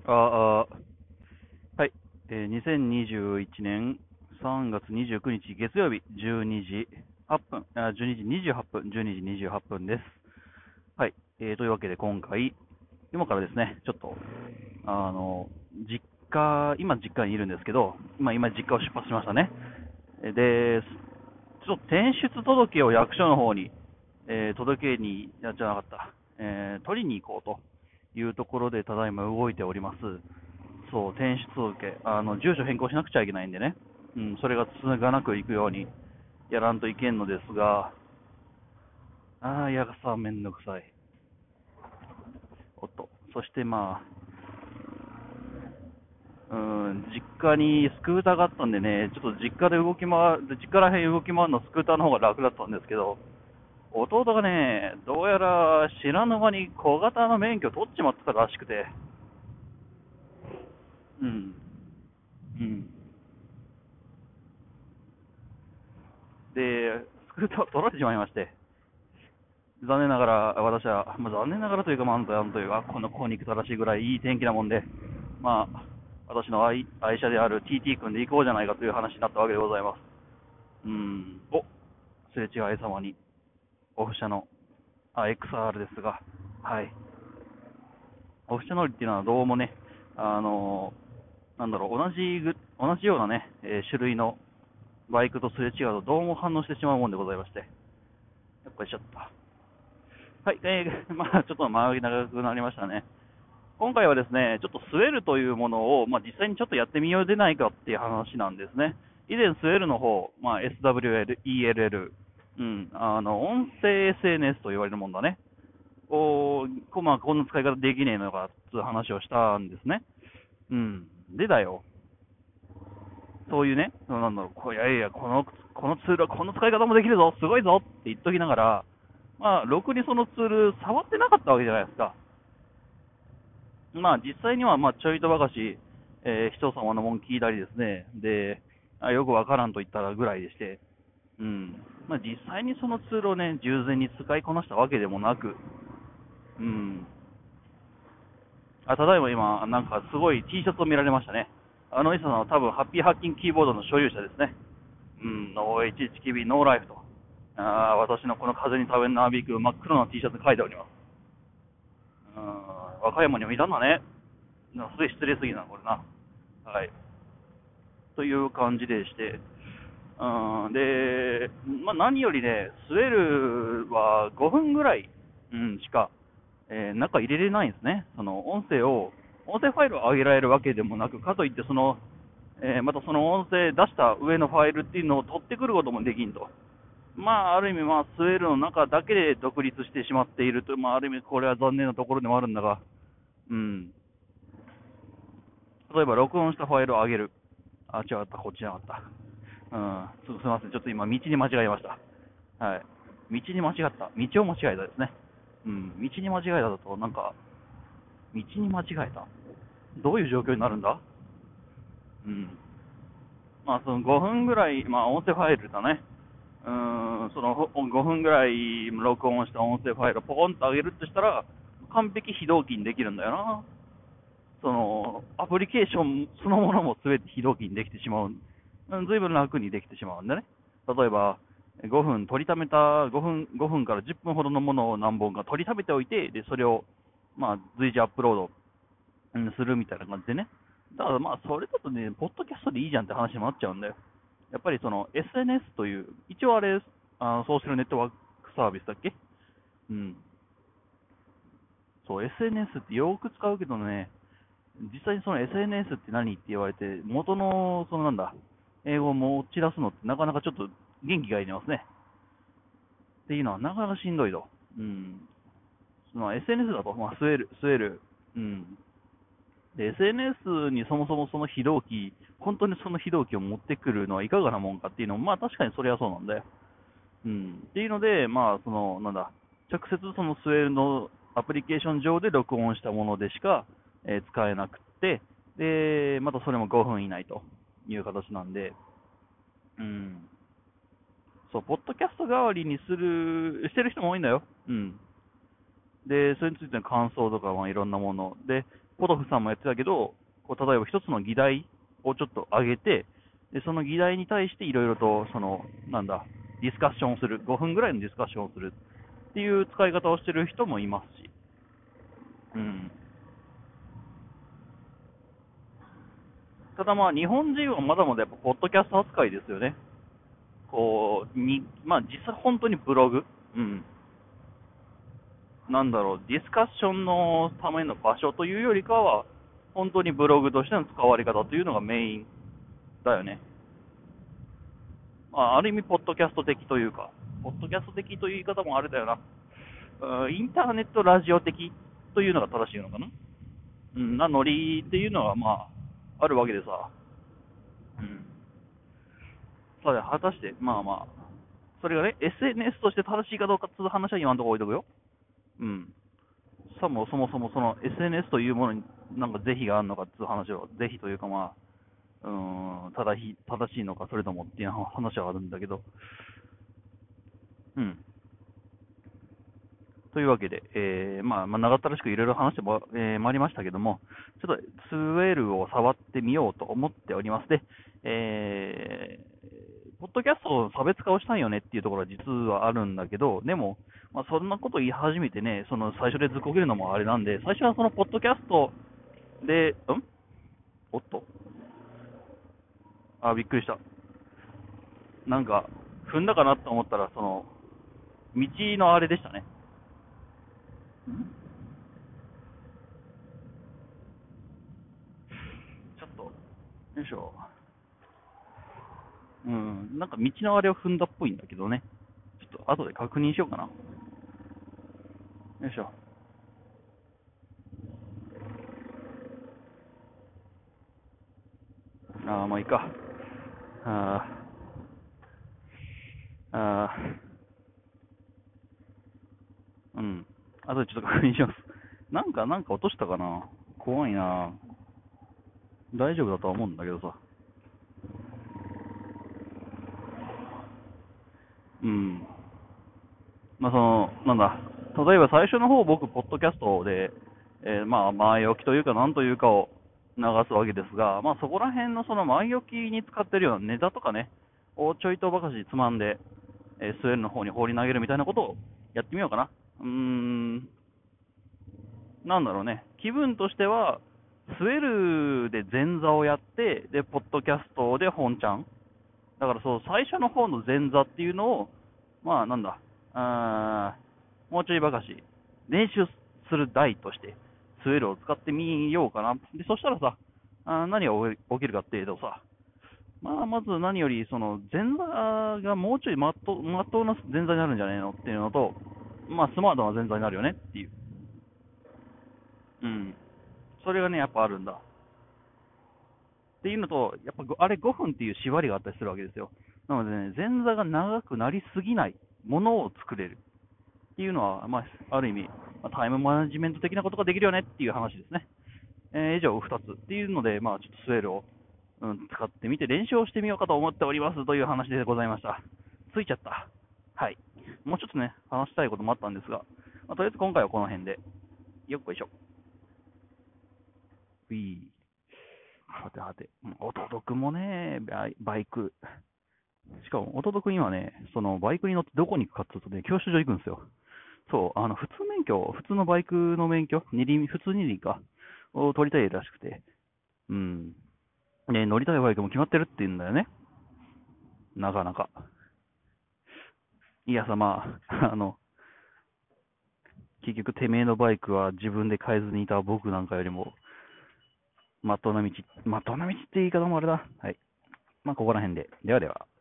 ああ、はい。2021年3月29日月曜日12時8分、12時28分、12時28分です。はい。というわけで今回、今からですね、ちょっと、あの、実今実家にいるんですけど、今実家を出発しましたね。で、ちょっと転出届を役所の方に、届けに、じゃなかった、取りに行こうというところで、ただいま動いております。そう、転出届、住所変更しなくちゃいけないんでね、それが続かなくいくようにやらんといけんのですが、やがさ、めんどくさい。おっと、そして実家にスクーターがあったんでね、ちょっと実家らへん動き回るのスクーターの方が楽だったんですけど、弟がね、どうやら知らぬ間に小型の免許取っちまってたらしくて、うん、うん。で、スクーターを取られてしまいまして、残念ながら、私は、残念ながらというか、なんというか、この子に行くたらしいぐらいいい天気なもんで、私の愛車である TT 君で行こうじゃないかという話になったわけでございます。すれ違いざまに、オフ車の、XR ですが、はい。オフ車乗りっていうのはどうもね、あの同じようなね、種類のバイクとすれ違うとどうも反応してしまうもんでございまして、やっぱりちょっと。はい、ちょっと長くなりましたね。今回はですね、ちょっとスウェルというものを、実際にちょっとやってみようでないかっていう話なんですね。以前、スウェルの方、SWL、ELL、音声 SNS と言われるもんだね。こんな使い方できねえのかっていう話をしたんですね。でだよ、そういうね、なんだろう、いやいや、このツールはこの使い方もできるぞ、すごいぞって言っときながら、ろくにそのツール触ってなかったわけじゃないですか。実際には、ちょいとばかし、人様のもん聞いたりですね、で、よくわからんと言ったらぐらいでして、実際にそのツールをね、従前に使いこなしたわけでもなく、うん、ただいま今、なんかすごい T シャツを見られましたね。あの人さんは多分、ハッピーハッキングキーボードの所有者ですね。ノー HHKB ノーライフと。私のこの風に食べなびく真っ黒な T シャツ書いております。和歌山にもいたんだね。すげえ失礼すぎな、これな。はい。という感じでして。で、何よりね、スウェルは5分ぐらい、しか、中入れれないんですね。その音声ファイルを上げられるわけでもなく、かといってまたその音声出した上のファイルっていうのを取ってくることもできんと。ある意味、スウェールの中だけで独立してしまっていると、ある意味、これは残念なところでもあるんだが、うん。例えば、録音したファイルを上げる。違った、こっちじゃなかった。すみません、ちょっと今、道に間違えました。はい。道に間違った。道を間違えたですね。道に間違えただと、道に間違えた。どういう状況になるんだ。うん。その5分ぐらい、音声ファイルだね。その5分ぐらい録音した音声ファイルをポコンと上げるとしたら、完璧非同期にできるんだよな。その、アプリケーションそのものも全て非同期にできてしまう。ずいぶん楽にできてしまうんでね。例えば、5分取りためた5分から10分ほどのものを何本か取りためておいて、で、それを、随時アップロードするみたいな感じでね。だからそれだとね、ポッドキャストでいいじゃんって話になっちゃうんだよ。やっぱりその SNS という、一応あれ、ソーシャルネットワークサービスだっけ。うん。そう、SNS ってよく使うけどね、実際にその SNS って何って言われて、元の、英語を持ち出すのってなかなかちょっと元気がいりますね。っていうのはなかなかしんどいと。うん。SNS だと、スエル、うん。で、SNS にそもそもその非同期、本当にその非同期を持ってくるのはいかがなもんかっていうのも、確かにそれはそうなんだよ。っていうので、直接そのスウェルのアプリケーション上で録音したものでしか、使えなくて、で、またそれも5分以内という形なんで、うん。そう、ポッドキャスト代わりにしてる人も多いんだよ。で、それについての感想とか、いろんなもの。で、 ポトフさんもやってたけど、こう例えば一つの議題をちょっと上げて、でその議題に対していろいろと、ディスカッションをする、5分ぐらいのディスカッションをするっていう使い方をしてる人もいますし、うん。ただまあ、日本人はまだまだやっぱ、ポッドキャスト扱いですよね。まあ実際本当にブログ、うん。ディスカッションのための場所というよりかは、本当にブログとしての使われ方というのがメインだよね。まあ、ある意味、ポッドキャスト的というか、ポッドキャスト的という言い方もあれだよな。インターネットラジオ的というのが正しいのかな。うん、ノリっていうのは、まあ、あるわけでさ。うん。さあ、果たして、まあまあ、それがね、SNS として正しいかどうかっていう話は今のところ置いとくよ。うん。そもそもその SNS というものになんか是非があるのかっていう話は、是非というかまあ、正しいのか、それともっていう話はあるんだけど、うん。というわけで、まあ、長ったらしくいろいろ話してまいりましたけども、ちょっとスウェールを触ってみようと思っております。で、ポッドキャストを差別化をしたいよねっていうところは実はあるんだけど、でも、まあ、そんなこと言い始めてね、その最初でずっこけるのもあれなんで、最初はそのポッドキャストで、おっとびっくりした。なんか、踏んだかなと思ったら、道のあれでしたね。ちょっと、よいしょ。なんか道のあれを踏んだっぽいんだけどね。ちょっと後で確認しようかな。よいしょ。まあいいか。ああ、うん。後でちょっと確認します。なんか落としたかな。怖いな。大丈夫だとは思うんだけどさ。うん。まあ例えば最初の方僕、ポッドキャストで、まあ前置きというかなんというかを流すわけですが、まあそこら辺のその前置きに使ってるようなネタとかね、をちょいとばかしつまんで、スウェールの方に放り投げるみたいなことをやってみようかな。なんだろうね、気分としては、スウェルで前座をやって、で、ポッドキャストで本ちゃん。だからそう、最初の方の前座っていうのを、まあもうちょいばかし、練習する台として、スウェルを使ってみようかな。で、そしたらさ、何が起きるかっていうとさ、まあ、まず何より、その前座がもうちょいまっとうな前座になるんじゃないのっていうのと、まあ、スマートな前座になるよねっていう。うん。それがね、やっぱあるんだ。っていうのと、やっぱあれ5分っていう縛りがあったりするわけですよ。なのでね、前座が長くなりすぎないものを作れるっていうのは、まあ、ある意味、タイムマネジメント的なことができるよねっていう話ですね。以上2つっていうので、まあ、ちょっとスウェールを、使ってみて練習をしてみようかと思っておりますという話でございました。ついちゃった。はい。もうちょっとね、話したいこともあったんですが、まあ、とりあえず今回はこの辺で。よっこいしょ。ウィー。はてはて。弟くんもね、バイク。しかも、弟くん今ね、そのバイクに乗ってどこに行くかっていうとね、教習所行くんですよ。そう、普通のバイクの免許、普通二輪か、を取りたいらしくて、うん。ね、乗りたいバイクも決まってるって言うんだよね。なかなか。いやさ、まあ、結局てめえのバイクは自分で買えずにいた僕なんかよりも、まっとうな道って言い方もあれだ。はい。まあ、ここら辺で。ではでは。